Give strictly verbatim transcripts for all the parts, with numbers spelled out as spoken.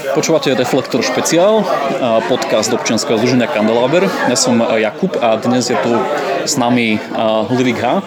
Počúvate Reflektor špeciál, podcast občianskeho združenia Kandeláber. Ja som Jakub a dnes je tu s nami Lyrik H.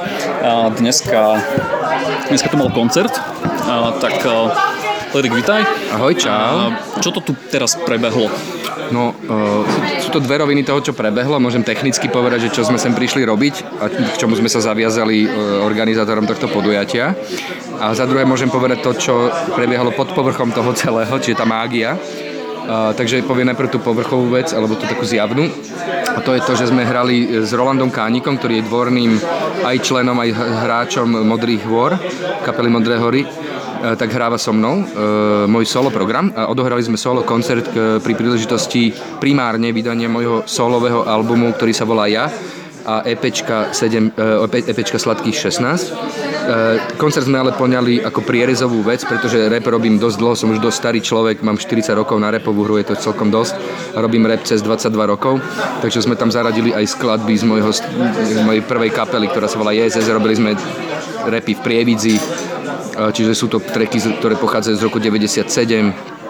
Dneska, dneska tu mal koncert, tak Lyrik, vitaj. Ahoj, čau. Čo to tu teraz prebehlo? No, uh, sú to dve roviny toho, čo prebehlo. Môžem technicky povedať, že čo sme sem prišli robiť a k čomu sme sa zaviazali uh, organizátorom tohto podujatia. A za druhé môžem povedať to, čo prebiehalo pod povrchom toho celého, čiže tá mágia. Uh, takže poviem najprv tú povrchovú vec, alebo tú takú zjavnú. A to je to, že sme hrali s Rolandom Kánikom, ktorý je dvorným aj členom, aj hráčom Modrých hôr, kapely Modré hory. Tak hráva so mnou e, môj solo program a odohrali sme solo koncert k, pri príležitosti primárne vydania môjho solového albumu, ktorý sa volá Ja a EPčka, sedem, e, EPčka Sladkých šestnásť. E, koncert sme ale poňali ako prierezovú vec, pretože rap robím dosť dlho, som už dosť starý človek, mám štyridsať rokov na rapovú hru, je to celkom dosť a robím rap cez dvadsaťdva rokov, takže sme tam zaradili aj skladby z, mojho, z mojej prvej kapely, ktorá sa volá J S S, robili sme rapy v Prievidzi. Čiže sú to tracky, ktoré pochádzajú z roku deväťdesiatsedem,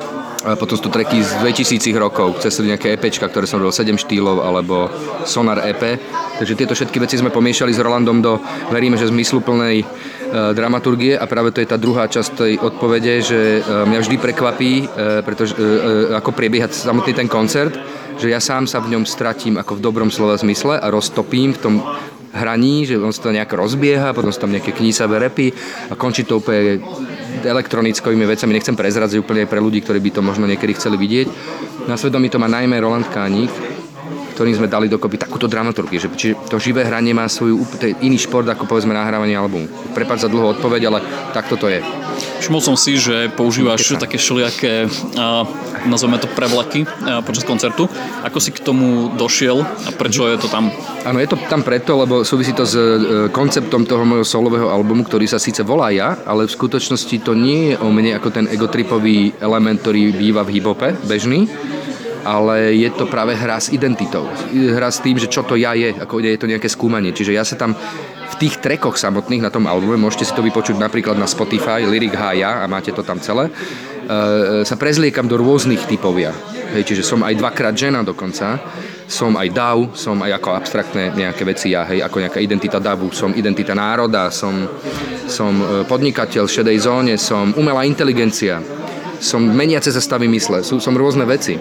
a potom sú to tracky z dvetisícich rokov, cez nejaké EPčka, ktoré som robil sedem štýlov, alebo Sonar é pé. Takže tieto všetky veci sme pomiešali s Rolandom do, veríme, že zmysluplnej e, dramaturgie a práve to je tá druhá časť tej odpovede, že e, mňa vždy prekvapí, e, pretože, e, ako prebieha samotný ten koncert, že ja sám sa v ňom stratím ako v dobrom slova zmysle a roztopím v tom hraní, že on sa to nejak rozbieha, potom sú tam nejaké knísavé repy a končí to úplne elektronickými vecami. Nechcem prezradzať úplne aj pre ľudí, ktorí by to možno niekedy chceli vidieť. Na svedomí to má najmä Roland Kánik, ktorým sme dali dokopy takúto dramaturgiu, že čiže to živé hranie má svoju úplne iný šport ako povedzme nahrávanie albumu. Prepáč za dlhú odpoveď, ale takto to je. Všimol som si, že používaš také všelijaké, nazveme to prevleky počas koncertu. Ako si k tomu došiel a prečo je to tam? Áno, je to tam preto, lebo súvisí to s konceptom toho môjho solového albumu, ktorý sa síce volá Ja, ale v skutočnosti to nie je o mne ako ten egotripový element, ktorý býva v hip-hope, bežný, ale je to práve hra s identitou. Hra s tým, že čo to ja je, ako je to nejaké skúmanie. Čiže ja sa tam v tých trackoch samotných na tom albume, môžete si to vypočuť napríklad na Spotify, Lyrik H Ja a máte to tam celé, e, sa prezliekam do rôznych typov ja. Hej, čiže som aj dvakrát žena dokonca, som aj dav, som aj ako abstraktné nejaké veci ja, hej, ako nejaká identita davu, som identita národa, som, som podnikateľ v šedej zóne, som umelá inteligencia, som meniace sa stavy mysle, sú, som rôzne veci.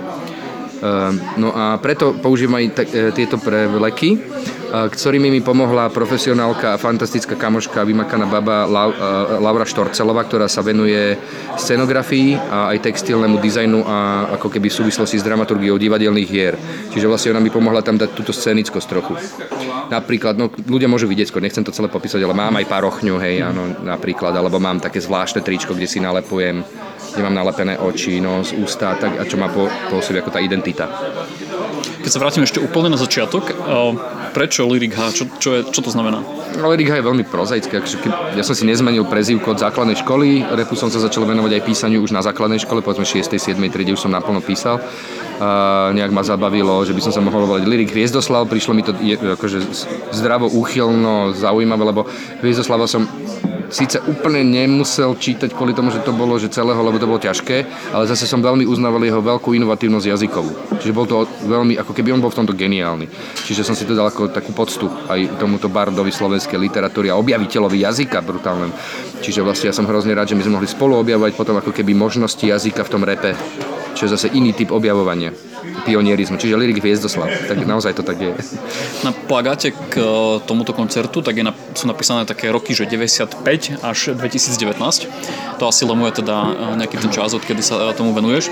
No a preto používam aj t- tieto prevleky, ktorými mi pomohla profesionálka a fantastická kamoška, vymakaná baba Laura Štorcelová, ktorá sa venuje scenografii a aj textilnému dizajnu a ako keby v súvislosti s dramaturgiou divadelných hier. Čiže vlastne ona mi pomohla tam dať túto scénickosť trochu. Napríklad, no ľudia môžu vidieť skôr, nechcem to celé popísať, ale mám aj parochňu, hej, áno, napríklad, alebo mám také zvláštne tričko, kde si nalepujem, kde mám nalepené oči, nos, ústa, tak, a čo má po, pôsobí ako tá identita. Keď sa vrátim ešte úplne na začiatok, prečo Lyrik H? Čo, čo, je, čo to znamená? Lyrik H je veľmi prozaické. Ja som si nezmenil prezývku od základnej školy, repu som sa začal venovať aj písaniu už na základnej škole, povedzme šiestej siedmej triede už som naplno písal. A nejak ma zabavilo, že by som sa mohol volať Lyrik Hviezdoslav, prišlo mi to je, akože zdravo, úchylno, zaujímavé, lebo Hviezdoslava som síce úplne nemusel čítať kvôli tomu, že to bolo že celého, lebo to bolo ťažké, ale zase som veľmi uznával jeho veľkú inovatívnosť jazykovú. Čiže bol to veľmi, ako keby on bol v tomto geniálny. Čiže som si to dal ako takú poctu aj tomuto bardovi slovenskej literatúry a objaviteľovi jazyka brutálnym. Čiže vlastne ja som hrozne rád, že my sme mohli spolu objavovať potom ako keby možnosti jazyka v tom repe, čo je zase iný typ objavovania. Pionierizmu, čiže Lyrik Hviezdoslav. Tak naozaj to tak je. Na plagáte k tomuto koncertu tak je na, sú napísané také roky, že deväťdesiatpäť až dvetisícdevätnásť. To asi lemuje teda nejaký ten čas, odkedy sa tomu venuješ.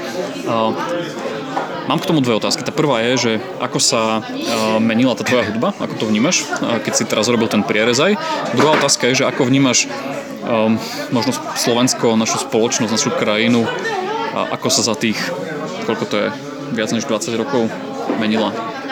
Mám k tomu dve otázky. Tá prvá je, že ako sa menila tá tvoja hudba, ako to vnímaš, keď si teraz robil ten prierezaj. Druhá otázka je, že ako vnímaš um, možno Slovensko, našu spoločnosť, našu krajinu, a ako sa za tých, koľko to je, viac než dvadsať rokov menila?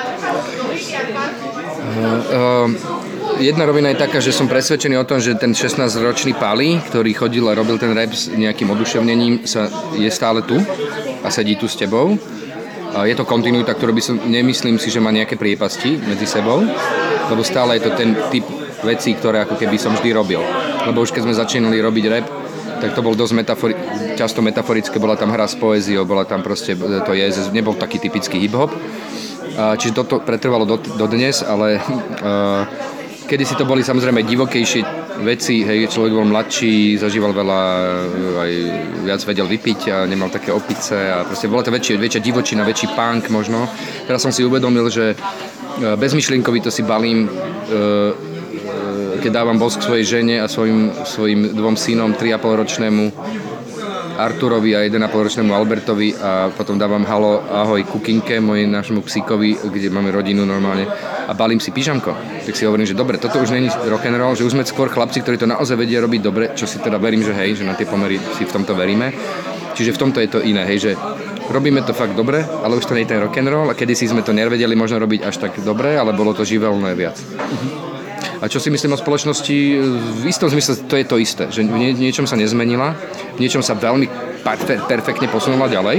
Uh, uh, jedna rovina je taká, že som presvedčený o tom, že ten šestnásťročný Pali, ktorý chodil a robil ten rap s nejakým oduševnením, sa, je stále tu a sedí tu s tebou. Uh, je to kontinuita, ktorú by som, nemyslím si, že má nejaké priepasti medzi sebou, lebo stále je to ten typ vecí, ktoré ako keby som vždy robil. Lebo už keď sme začínali robiť rap, tak to bol dosť metafori- často metaforické, bola tam hra s poéziou, bola tam proste, to je, nebol taký typický hip-hop. Čiže toto pretrvalo do, do dnes, ale uh, kedysi to boli samozrejme divokejšie veci, hej, človek bol mladší, zažíval veľa, aj viac vedel vypiť a nemal také opice a proste bola to väčšia, väčšia divočina, väčší punk možno. Teraz som si uvedomil, že bezmyšlienkovi to si balím, uh, keď dávam bosk svojej žene a svojim, svojim dvom synom, tri a pol ročnému Arturovi a jeden a pol ročnému Albertovi a potom dávam halo, ahoj kukinke, mojej našemu psíkovi, kde máme rodinu normálne a balím si pyžamko. Tak si hovorím, že dobre, toto už není rock'n'roll, že už sme skôr chlapci, ktorí to naozaj vedia robiť dobre, čo si teda verím, že hej, že na tie pomery si v tomto veríme. Čiže v tomto je to iné, hej, že robíme to fakt dobre, ale už to nie je ten rock'n'roll a kedysi sme to nevedeli možno robiť až tak dobre, ale bolo to živelné viac. Uh-huh. A čo si myslím o spoločnosti, v istom zmysle to je to isté, že v nie, niečom sa nezmenila, v niečom sa veľmi perfe- perfektne posunula ďalej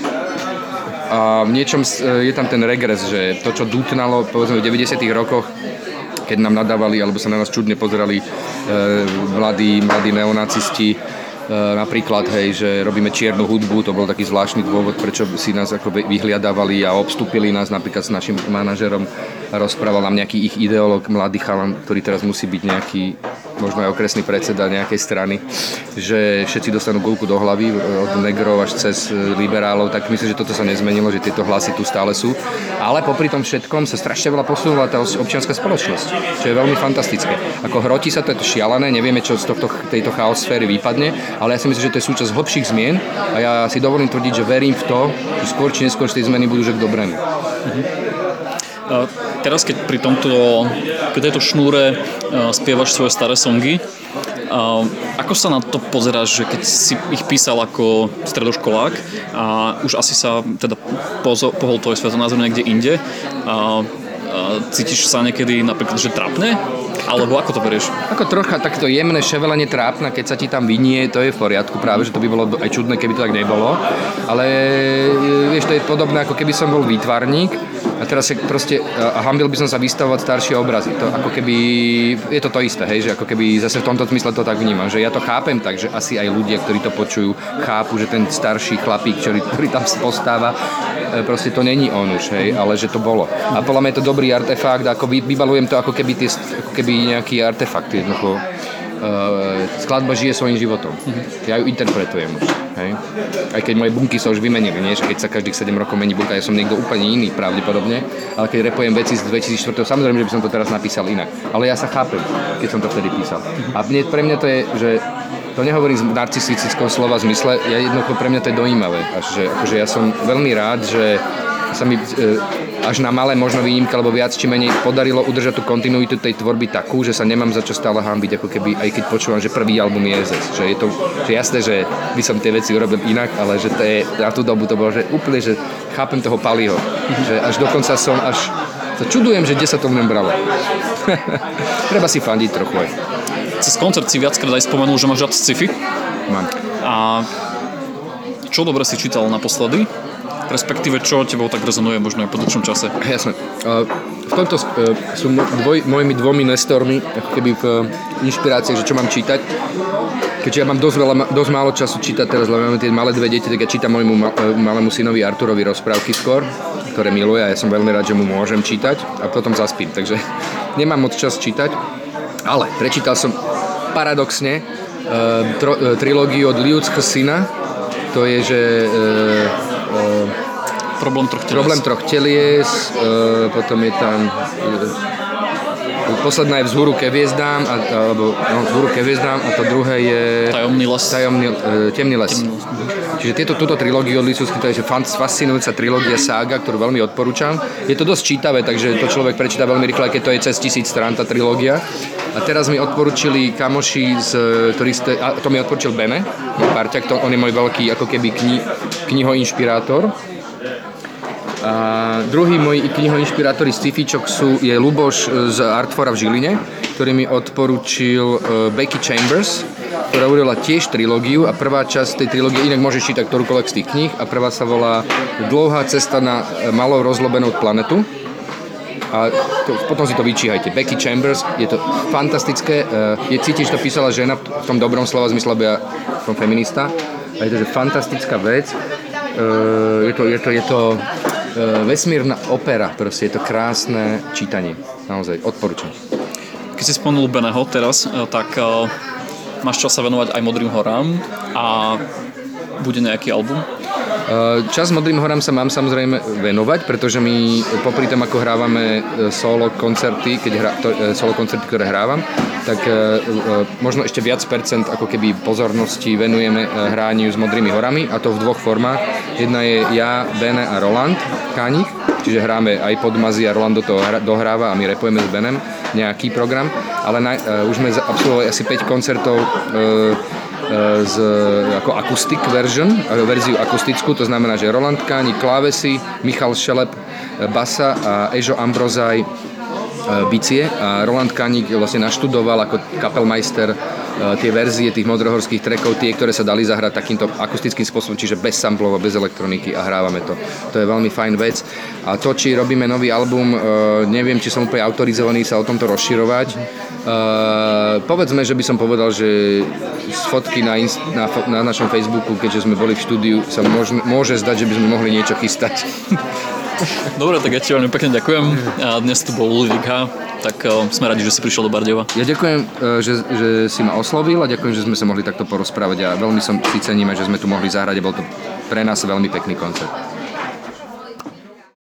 a v niečom je tam ten regres, že to, čo dútnalo povedzme v deväťdesiatych rokoch, keď nám nadávali alebo sa na nás čudne pozerali e, mladí, mladí neonacisti, napríklad, hej, že robíme čiernu hudbu, to bol taký zvláštny dôvod, prečo si nás ako vyhliadávali a obstúpili nás, napríklad s našim manažerom rozprával nám nejaký ich ideológ, mladý chalan, ktorý teraz musí byť nejaký, možno aj okresný predseda nejakej strany, že všetci dostanú guľku do hlavy od negrov až cez liberálov, tak myslím, že toto sa nezmenilo, že tieto hlasy tu stále sú, ale popri tom všetkom sa strašne veľa posunula tá občianska spoločnosť, čo je veľmi fantastické. Ako hrotí sa to, je to šialené, nevieme, čo z tohto, tejto chaosféry vypadne, ale ja si myslím, že to je súčasť hlbších zmien a ja si dovolím tvrdiť, že verím v to, že skôr či neskôr tie zmeny budú že k dobrému. Mhm. A teraz, keď pri tomto, keď tejto šnúre spievaš svoje staré songy, a ako sa na to pozeráš, že keď si ich písal ako stredoškolák a už asi sa teda pozo, pohol tvoj svetonázor niekde inde, a, a cítiš sa niekedy napríklad, že trápne? Alebo ako to berieš? Ako trocha takto jemné ševelenie trápna, keď sa ti tam vynie, to je v poriadku práve, že to by bolo aj čudné, keby to tak nebolo. Ale vieš, to je podobné, ako keby som bol výtvarník a teraz proste a hambil by som sa vystavovať staršie obrazy. To ako keby, je to to isté, hej, že ako keby zase v tomto zmysle to tak vnímam, že ja to chápem tak, že asi aj ľudia, ktorí to počujú, chápu, že ten starší chlapík, ktorý, ktorý tam postáva, proste to není on už, hej, ale že to bolo. A podľa mňa je to dobrý artefakt, ako vybalujem to ako keby, tie, ako keby nejaký artefakt, jednoducho. Uh, skladba žije svojím životom. Ja ju interpretujem už, hej. Aj keď moje bunky sa už vymenili, nie? Že keď sa každých sedem rokov mení bunka, ja som niekto úplne iný pravdepodobne, ale keď repujem veci z dvetisícštyri, samozrejme, že by som to teraz napísal inak. Ale ja sa chápem, keď som to vtedy písal. A mne, pre mňa to je, že to nehovorím z narcistickom slova zmysle, ja jednoducho pre mňa to je dojímavé. Až, že, akože ja som veľmi rád, že sa mi e, až na malé možno výnimky, alebo viac či menej podarilo udržať tú kontinuitu tej tvorby takú, že sa nemám za čo stále hanbiť, ako keby, aj keď počúvam, že prvý album je Jezes. Že je to že jasné, že by som tie veci urobil inak, ale že to je, na tú dobu to bolo, že úplne, že chápem toho Paliho. Že až dokonca som až sa čudujem, že kde sa to mňa bralo. Treba si fandiť trochu aj. Cez koncert si viackrát aj spomenul, že máš rád sci-fi. Mám. A čo dobre si čítal naposledy? Respektíve, čo tebou tak rezonuje možno aj po dlhšom čase? Jasné. V tomto sú dvoj, mojimi dvomi nestormi, ako keby v inšpiráciách, že čo mám čítať. Keďže ja mám dosť, veľa, dosť málo času čítať teraz, lebo máme tie malé dve deti, tak ja čítam môjmu malému synovi Arturovi rozprávky skôr, ktoré miluje a ja som veľmi rád, že mu môžem čítať a potom zaspím, takže nemám moc čas čítať. Ale prečítal som paradoxne tro, trilógiu od Liudského syna, to je, že Uh, Problém troch telies. Problém troch telies, uh, potom je tam uh, posledná je Vzhúru ke hviezdám, a, alebo no, Vzhúru ke hviezdám a to druhé je Tajomný les. Tajomný, uh, temný les. Temný les. Čiže tieto, túto trilógiu od Liudského, to je fascinujúca trilógia sága, ktorú veľmi odporúčam. Je to dosť čítavé, takže to človek prečíta veľmi rýchlo, keď to je cez tisíc strán tá trilógia. A teraz mi odporúčili kamoši, z, ktorí ste, a to mi odporúčil Bene, môj parťak, to, on je môj veľký ako keby kni, knihoinšpirátor. A druhý môj knihoinšpirátori z sci-fičok sú, je Luboš z Artfora v Žiline, ktorý mi odporúčil Becky Chambers, ktorá urobila tiež trilógiu a prvá časť tej trilógie, inak môžeš čítať ktorúkoľvek z tých kníh a prvá sa volá Dlouhá cesta na malou rozlobenú planetu. A to, potom si to vyčíhajte. Becky Chambers, je to fantastické. Je cítiť, že to písala žena v tom dobrom slova zmysle, lebo ja som feminista. a je to že fantastická vec. Uh, je to, je to, je to uh, vesmírna opera, proste je to krásne čítanie. Naozaj, odporúčam. Keď si spomenul Beného teraz, tak uh, máš čas sa venovať aj Modrým horám a bude nejaký album? Čas Modrým horám sa mám samozrejme venovať, pretože my popri tom, ako hrávame solo koncerty, keď hra, to, solo koncerty, ktoré hrávam, tak možno ešte viac percent ako keby pozornosti venujeme hrániu s Modrými horami, a to v dvoch formách. Jedna je ja, Bene a Roland Kánik, čiže hráme aj podmazy a Roland do toho dohráva a my rapujeme s Benem nejaký program, ale na, už sme absolvovali asi päť koncertov z, ako acoustic version, verziu akustickú, to znamená, že Roland Kánik klávesy, Michal Šelep basa a Ežo Ambrozaj bicie, a Roland Kánik vlastne naštudoval ako kapelmeister tie verzie tých modrohorských trackov, tie, ktoré sa dali zahrať takýmto akustickým spôsobom, čiže bez samplov a bez elektroniky, a hrávame to. To je veľmi fajn vec. A to, či robíme nový album, neviem, či som úplne autorizovaný sa o tomto rozširovať. Povedzme, že by som povedal, že z fotky na, inst- na, na našom Facebooku, keďže sme boli v štúdiu, sa môže, môže zdať, že by sme mohli niečo chystať. Dobre, tak ja ti veľmi pekne ďakujem. A dnes tu bol Ludvík H. Tak uh, sme radi, že si prišiel do Bardejova. Ja ďakujem, že, že si ma oslovil, a ďakujem, že sme sa mohli takto porozprávať, a veľmi som si cením, že sme tu mohli zahrať, a bol to pre nás veľmi pekný koncert.